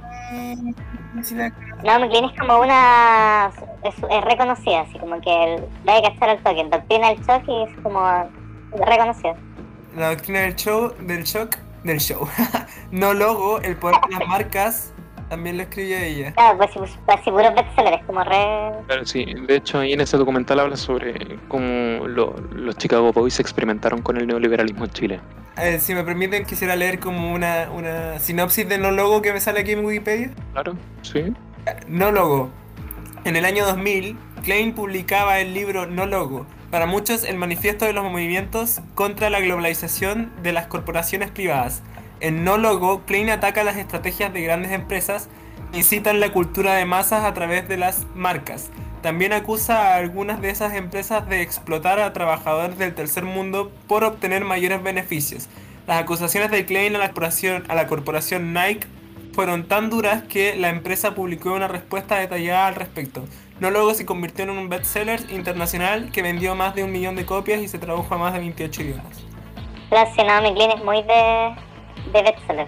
sí. sí la... Naomi Klein es como una... Es, es reconocida, así como que va a cachar al toque. Doctrina del shock y es como reconocida. La doctrina del show, del shock, del show. No logo, el poder de las marcas, también lo escribió ella. Claro, pues si pues, si puros bestsellers, es como re... Claro, sí. De hecho, ahí en ese documental habla sobre cómo lo, los Chicago Boys experimentaron con el neoliberalismo en Chile. Eh, si me permiten, quisiera leer como una, una sinopsis de No Logo que me sale aquí en Wikipedia. Claro, sí. No Logo. En el año dos mil, Klein publicaba el libro No Logo. Para muchos, el manifiesto de los movimientos contra la globalización de las corporaciones privadas. En No Logo, Klein ataca las estrategias de grandes empresas e incitan la cultura de masas a través de las marcas. También acusa a algunas de esas empresas de explotar a trabajadores del tercer mundo por obtener mayores beneficios. Las acusaciones de Klein a la corporación, a la corporación Nike fueron tan duras que la empresa publicó una respuesta detallada al respecto. No luego se convirtió en un bestseller internacional que vendió más de un millón de copias y se tradujo a más de veintiocho idiomas. Gracias, Naomi Klein es muy de, de bestseller.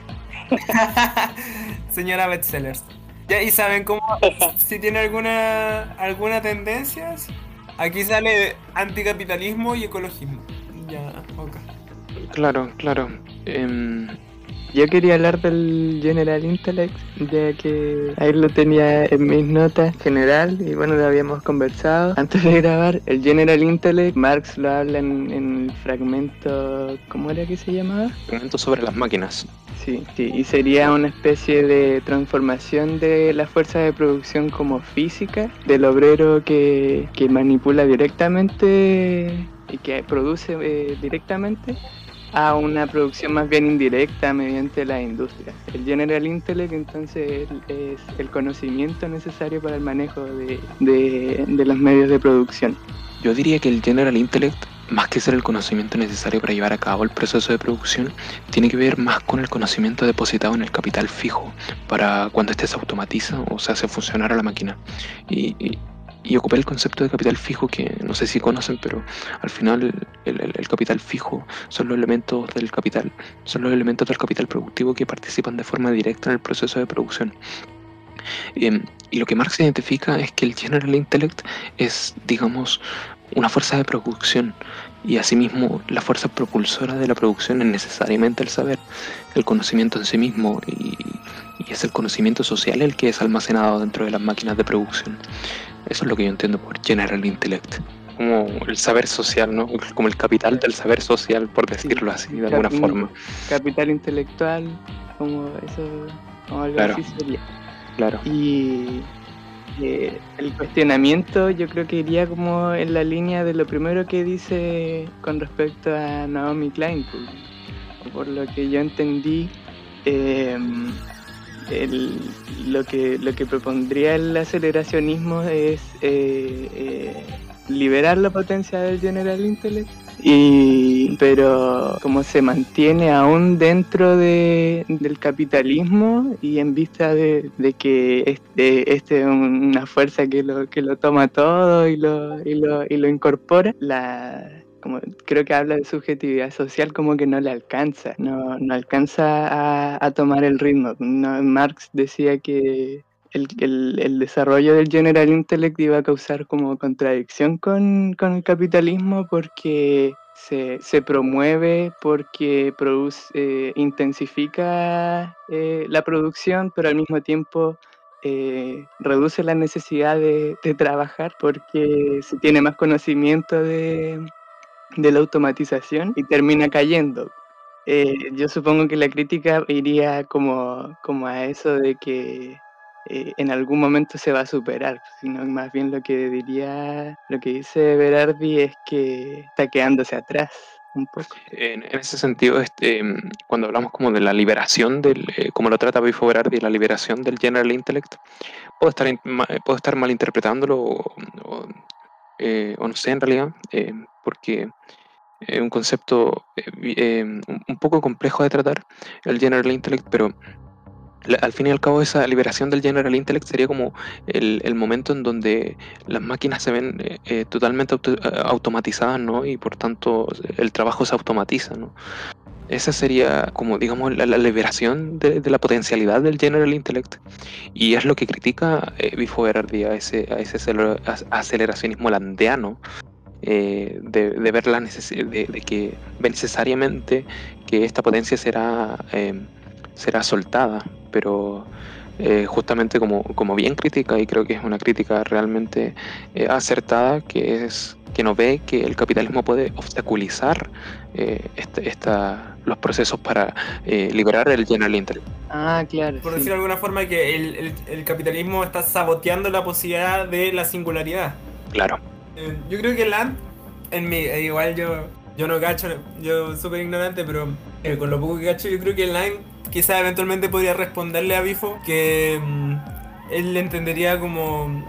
Señora bestsellers. Ya, ¿y saben cómo? Sí, sí. Si tiene alguna alguna tendencia? Aquí sale anticapitalismo y ecologismo. Ya, ok. Claro, claro. Em, Yo quería hablar del General Intellect, ya que ahí lo tenía en mis notas general y bueno, lo habíamos conversado antes de grabar. El General Intellect, Marx lo habla en, en el fragmento, ¿cómo era que se llamaba? Fragmento sobre las máquinas. Sí, sí, y sería una especie de transformación de la fuerza de producción como física, del obrero que, que manipula directamente y que produce eh, directamente, a una producción más bien indirecta mediante la industria. El General Intellect entonces es el conocimiento necesario para el manejo de, de, de los medios de producción. Yo diría que el General Intellect, más que ser el conocimiento necesario para llevar a cabo el proceso de producción, tiene que ver más con el conocimiento depositado en el capital fijo, para cuando éste se automatiza o se hace funcionar a la máquina. Y, y, y ocupé el concepto de capital fijo, que no sé si conocen, pero al final el, el, el capital fijo son los elementos del capital, son los elementos del capital productivo que participan de forma directa en el proceso de producción. Eh, y lo que Marx identifica es que el General Intellect es, digamos, una fuerza de producción, y asimismo la fuerza propulsora de la producción es necesariamente el saber, el conocimiento en sí mismo, y, y es el conocimiento social el que es almacenado dentro de las máquinas de producción. Eso es lo que yo entiendo por General Intellect, como el saber social, ¿no? Como el capital del saber social, por decirlo así, de alguna Capi- forma. Capital intelectual, como eso, como algo Claro. así sería. Claro. Y eh, el cuestionamiento yo creo que iría como en la línea de lo primero que dice con respecto a Naomi Klein, pues. Por lo que yo entendí, eh, el, lo que lo que propondría el aceleracionismo es eh, eh, liberar la potencia del General Intellect, y pero como se mantiene aún dentro de, del capitalismo y en vista de, de que este, este es una fuerza que lo que lo toma todo y lo y lo, y lo incorpora, la como creo que habla de subjetividad social, como que no le alcanza, no, no alcanza a, a tomar el ritmo. No, Marx decía que el, el, el desarrollo del General Intellect iba a causar como contradicción con, con el capitalismo, porque se, se promueve, porque produce, eh, intensifica eh, la producción, pero al mismo tiempo eh, reduce la necesidad de, de trabajar, porque se tiene más conocimiento de, de la automatización y termina cayendo. Eh, yo supongo que la crítica iría como, como a eso de que eh, en algún momento se va a superar, sino más bien lo que diría, lo que dice Berardi es que está quedándose atrás un poco. En, en ese sentido, este, cuando hablamos como de la liberación, del, eh, como lo trata Bifo Berardi, la liberación del General Intellect, puedo estar, in, ma, puedo estar malinterpretándolo o, o, eh, o no sé en realidad, eh, porque es un concepto eh, eh, un, un poco complejo de tratar, el General Intellect, pero la, al fin y al cabo esa liberación del General Intellect sería como el, el momento en donde las máquinas se ven eh, eh, totalmente auto, automatizadas, ¿no? Y por tanto el trabajo se automatiza, ¿no? Esa sería como, digamos, la, la liberación de, de la potencialidad del General Intellect. Y es lo que critica eh, Bifo Berardi a ese, a ese aceleracionismo landeano, eh, de, de ver la necesidad, de, de que ve necesariamente que esta potencia será, eh, será soltada, pero eh, justamente como, como bien crítica, y creo que es una crítica realmente eh, acertada, que es que no ve que el capitalismo puede obstaculizar eh, este, esta, los procesos para eh, liberar el General Intellect. Ah, claro. Por sí. decir de alguna forma que el, el, el capitalismo está saboteando la posibilidad de la singularidad. Claro. Eh, yo creo que Land, en mi, eh, igual yo, yo no cacho, yo súper ignorante, pero eh, con lo poco que cacho, yo creo que Land quizás eventualmente podría responderle a Bifo que mmm, él entendería como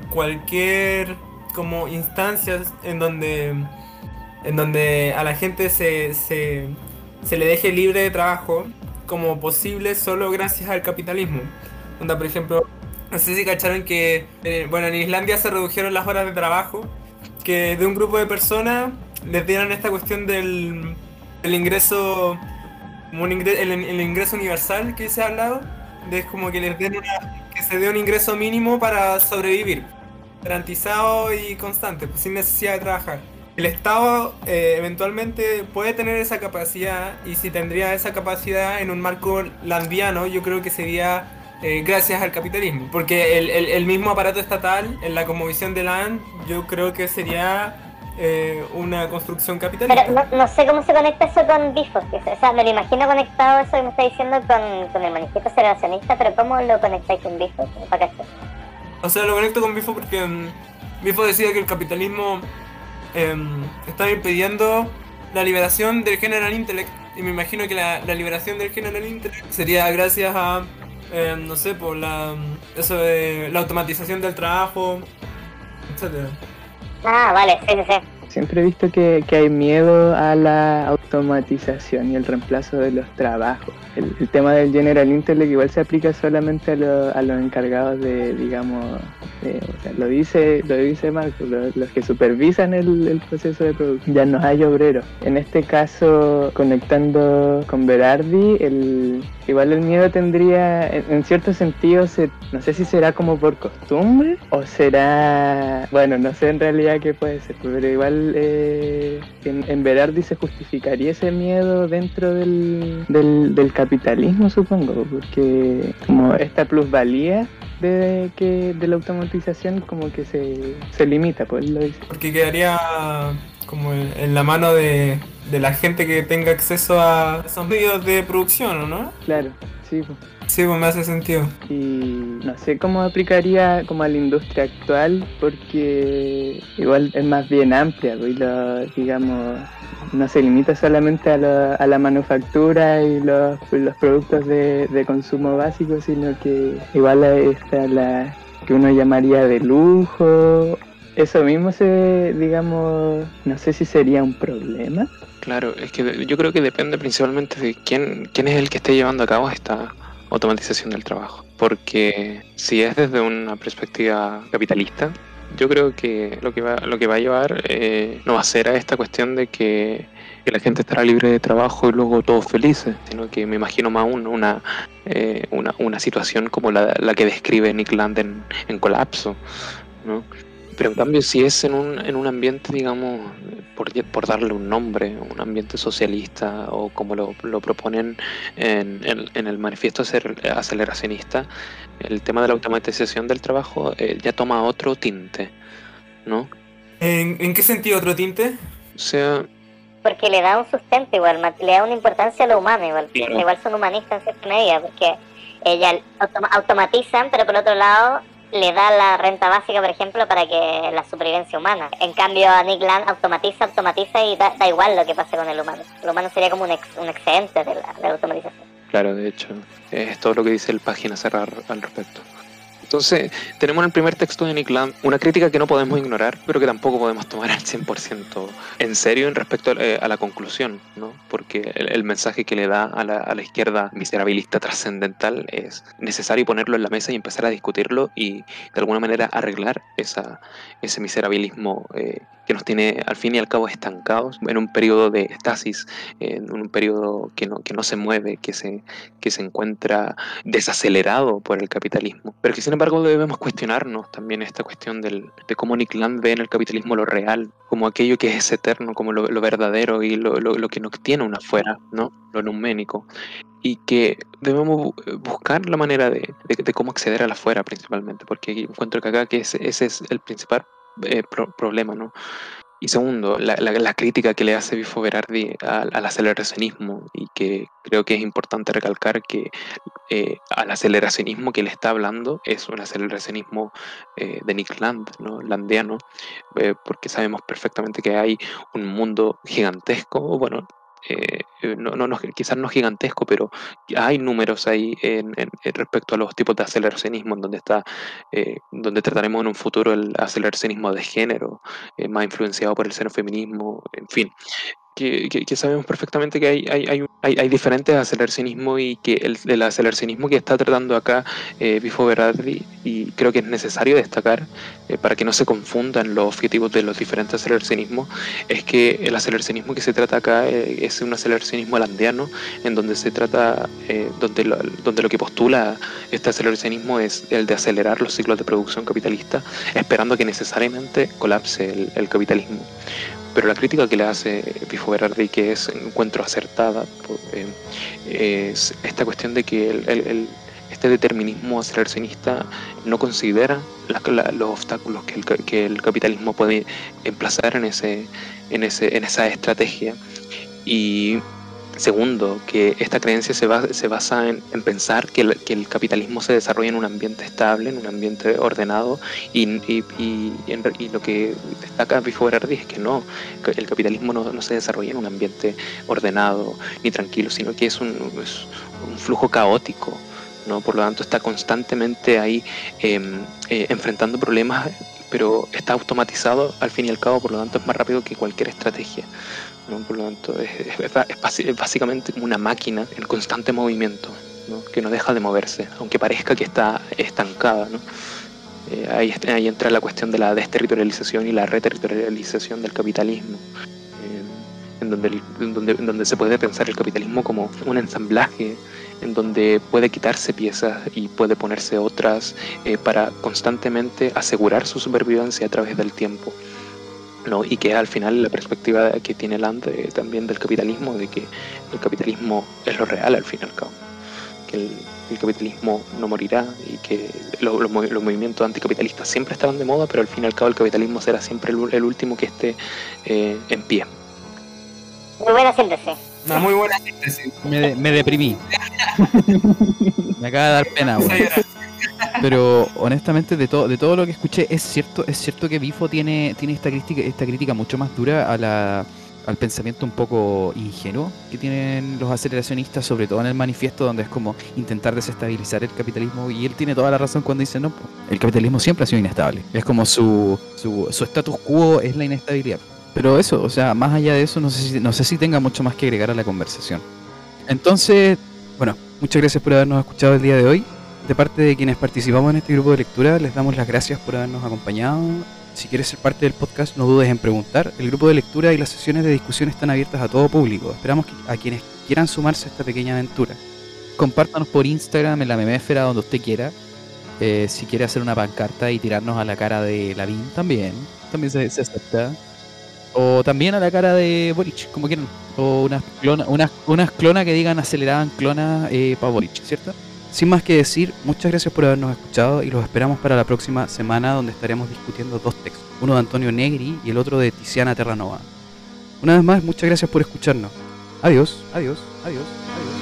cualquier como instancias en donde en donde a la gente se, se, se le deje libre de trabajo como posible solo gracias al capitalismo. Onda, por ejemplo, no sé si cacharon que, eh, bueno, en Islandia se redujeron las horas de trabajo, que de un grupo de personas les dieron esta cuestión del, del ingreso, como un ingre- el, el ingreso universal que se ha hablado, de como que les den una, que se dé un ingreso mínimo para sobrevivir, garantizado y constante, pues, sin necesidad de trabajar. El Estado eh, eventualmente puede tener esa capacidad, y si tendría esa capacidad en un marco landiano, yo creo que sería eh, gracias al capitalismo. Porque el, el- el mismo aparato estatal, en la cosmovisión de Land, yo creo que sería eh, una construcción Pero capitalista. no, no sé cómo se conecta eso con Bifos. O sea, me lo imagino conectado eso que me está diciendo con, con el manifiesto aceleracionista, pero ¿cómo lo conectáis con Bifos? Para cachar. O sea, lo conecto con Bifo porque mm, Bifo decía que el capitalismo em, estaba impidiendo la liberación del general intellect, y me imagino que la, la liberación del general intellect sería gracias a, em, no sé, por la, eso de la automatización del trabajo, etcétera. Ah, vale, sí, sí, sí. Siempre he visto que, que hay miedo a la automatización y el reemplazo de los trabajos. El, el tema del General Intellect igual se aplica solamente a, lo- a los encargados de, digamos, de- o sea, lo dice lo dice Marco, lo- los que supervisan el, el proceso de producción. Ya no hay obreros. En este caso, conectando con Berardi, el, igual el miedo tendría, en, en cierto sentido, se, no sé si será como por costumbre o será, bueno, no sé en realidad qué puede ser, pero igual eh, en, en Berardi se justificaría ese miedo dentro del, del, del capitalismo, supongo, porque como esta plusvalía de, que, de la automatización como que se, se limita, pues lo dice. Porque quedaría como en, en la mano de, de la gente que tenga acceso a esos medios de producción, ¿o no? Claro, sí, pues. Sí, pues me hace sentido. Y no sé cómo aplicaría como a la industria actual, porque igual es más bien amplia, pues, y lo, digamos, no se limita solamente a, lo- a la manufactura y los, los productos de, de consumo básico, sino que igual está la que uno llamaría de lujo. Eso mismo se, digamos, no sé si sería un problema. Claro, es que de- yo creo que depende principalmente de quién, quién es el que esté llevando a cabo esta automatización del trabajo. Porque si es desde una perspectiva capitalista, yo creo que lo que va, lo que va a llevar eh, no va a ser a esta cuestión de que, que la gente estará libre de trabajo y luego todos felices, sino que me imagino más un- una, eh, una, una situación como la, la que describe Nick Land en, en Colapso, ¿no? Pero en cambio, si es en un, en un ambiente, digamos, por, por darle un nombre, un ambiente socialista o como lo, lo proponen en, en- en el manifiesto acer- aceleracionista, el tema de la automatización del trabajo eh, ya toma otro tinte, ¿no? Eh, ¿En, en qué sentido otro tinte? O sea, Porque le da un sustento igual, ma- le da una importancia a lo humano igual. Claro. Igual son humanistas en cierta medida, porque ellas automa- automatizan, pero por otro lado le da la renta básica, por ejemplo, para que la supervivencia humana. En cambio, a Nick Land automatiza, automatiza y da, da igual lo que pase con el humano. El humano sería como un, ex, un excedente de la, de la automatización. claro, de hecho, es todo lo que dice el página cerrar al respecto. Entonces, tenemos en el primer texto de Nick Land una crítica que no podemos ignorar, pero que tampoco podemos tomar al cien por ciento en serio en respecto a, eh, a la conclusión, ¿no? Porque el, el mensaje que le da a la, a la izquierda miserabilista trascendental es necesario ponerlo en la mesa y empezar a discutirlo y de alguna manera arreglar esa, ese miserabilismo eh, que nos tiene al fin y al cabo estancados en un periodo de estasis, en un periodo que no, que no se mueve, que se, que se encuentra desacelerado por el capitalismo, pero que sin embargo debemos cuestionarnos también esta cuestión del, de cómo Nick Land ve en el capitalismo lo real, como aquello que es eterno, como lo, lo verdadero y lo, lo, lo que nos tiene una afuera, ¿no? Lo numénico, y que debemos bu- buscar la manera de, de, de cómo acceder a la afuera principalmente, porque encuentro que acá que ese, ese es el principal eh, pro- problema, ¿no? Y segundo, la, la, la crítica que le hace Bifo Berardi al, al aceleracionismo, y que creo que es importante recalcar que eh, al aceleracionismo que le está hablando es un aceleracionismo eh, de Nick Land, ¿no? Landiano, eh, porque sabemos perfectamente que hay un mundo gigantesco, o bueno, eh, eh, no, no, no, quizás no gigantesco, pero hay números ahí en, en- en respecto a los tipos de aceleracionismo, en donde está, eh, donde trataremos en un futuro el aceleracionismo de género, eh, más influenciado por el xenofeminismo, en fin. que, que, que sabemos perfectamente que hay, hay, hay, un- hay, hay diferentes aceleracionismos y que el, el aceleracionismo que está tratando acá eh, Bifo Berardi, y creo que es necesario destacar eh, para que no se confundan los objetivos de los diferentes aceleracionismos, es que el aceleracionismo que se trata acá eh, es un aceleracionismo landiano, en donde se trata, eh, donde, lo, donde lo que postula este aceleracionismo es el de acelerar los ciclos de producción capitalista, esperando que necesariamente colapse el, el capitalismo. Pero la crítica que le hace Bifo Berardi, que es encuentro acertada, po- eh, es esta cuestión de que el, el- el- este determinismo aceleracionista no considera las- la- los obstáculos que el, ca- que el capitalismo puede emplazar en, ese, en, ese, en esa estrategia. Y segundo, que esta creencia se, ba- se basa en, en pensar que el, que el capitalismo se desarrolla en un ambiente estable, en un ambiente ordenado, y, y, y, y en re- y lo que destaca Bifo Berardi es que no, que el capitalismo no, no se desarrolla en un ambiente ordenado ni tranquilo, sino que es un, es un flujo caótico, ¿no? Por lo tanto está constantemente ahí eh, eh, enfrentando problemas, pero está automatizado al fin y al cabo, por lo tanto es más rápido que cualquier estrategia, ¿no? Por lo tanto, es, es- es ba- es basi- es básicamente como una máquina en constante movimiento, ¿no? Que no deja de moverse, aunque parezca que está estancada, ¿no? Eh, ahí, est- ahí entra la cuestión de la desterritorialización y la reterritorialización del capitalismo, eh, en, donde, el- en donde, en donde se puede pensar el capitalismo como un ensamblaje, en donde puede quitarse piezas y puede ponerse otras eh, para constantemente asegurar su supervivencia a través del tiempo. ¿No? Y que es al final la perspectiva que tiene Land eh, también del capitalismo, de que el capitalismo es lo real al fin y al cabo, que el, el capitalismo no morirá y que lo- los movi- los movimientos anticapitalistas siempre estarán de moda, pero al fin y al cabo el capitalismo será siempre el, u- el último que esté eh, en pie. Muy buena síntesis. Una muy buena síntesis. Me, de- me deprimí. Me acaba de dar pena, Vamos a weón. llorar. Pero honestamente de todo de todo lo que escuché es cierto es cierto que Bifo tiene tiene esta crítica esta crítica mucho más dura a la al pensamiento un poco ingenuo que tienen los aceleracionistas, sobre todo en el manifiesto, donde es como intentar desestabilizar el capitalismo, y él tiene toda la razón cuando dice no, po, el capitalismo siempre ha sido inestable, es como su su, su status quo es la inestabilidad. Pero eso, o sea, más allá de eso, no sé si no sé si tenga mucho más que agregar a la conversación. Entonces, bueno, muchas gracias por habernos escuchado el día de hoy. De parte de quienes participamos en este grupo de lectura, les damos las gracias por habernos acompañado. Si quieres ser parte del podcast, no dudes en preguntar. El grupo de lectura y las sesiones de discusión están abiertas a todo público. Esperamos que a quienes quieran sumarse a esta pequeña aventura. Compártanos por Instagram, en la memésfera, donde usted quiera. Eh, si quiere hacer una pancarta y tirarnos a la cara de Lavín, también. También se, se acepta. O también a la cara de Boric, como quieran. O unas clonas unas, unas clonas que digan aceleraban clonas eh, para Boric, ¿cierto? Sin más que decir, muchas gracias por habernos escuchado y los esperamos para la próxima semana, donde estaremos discutiendo dos textos, uno de Antonio Negri y el otro de Tiziana Terranova. Una vez más, muchas gracias por escucharnos. Adiós, adiós, adiós, adiós.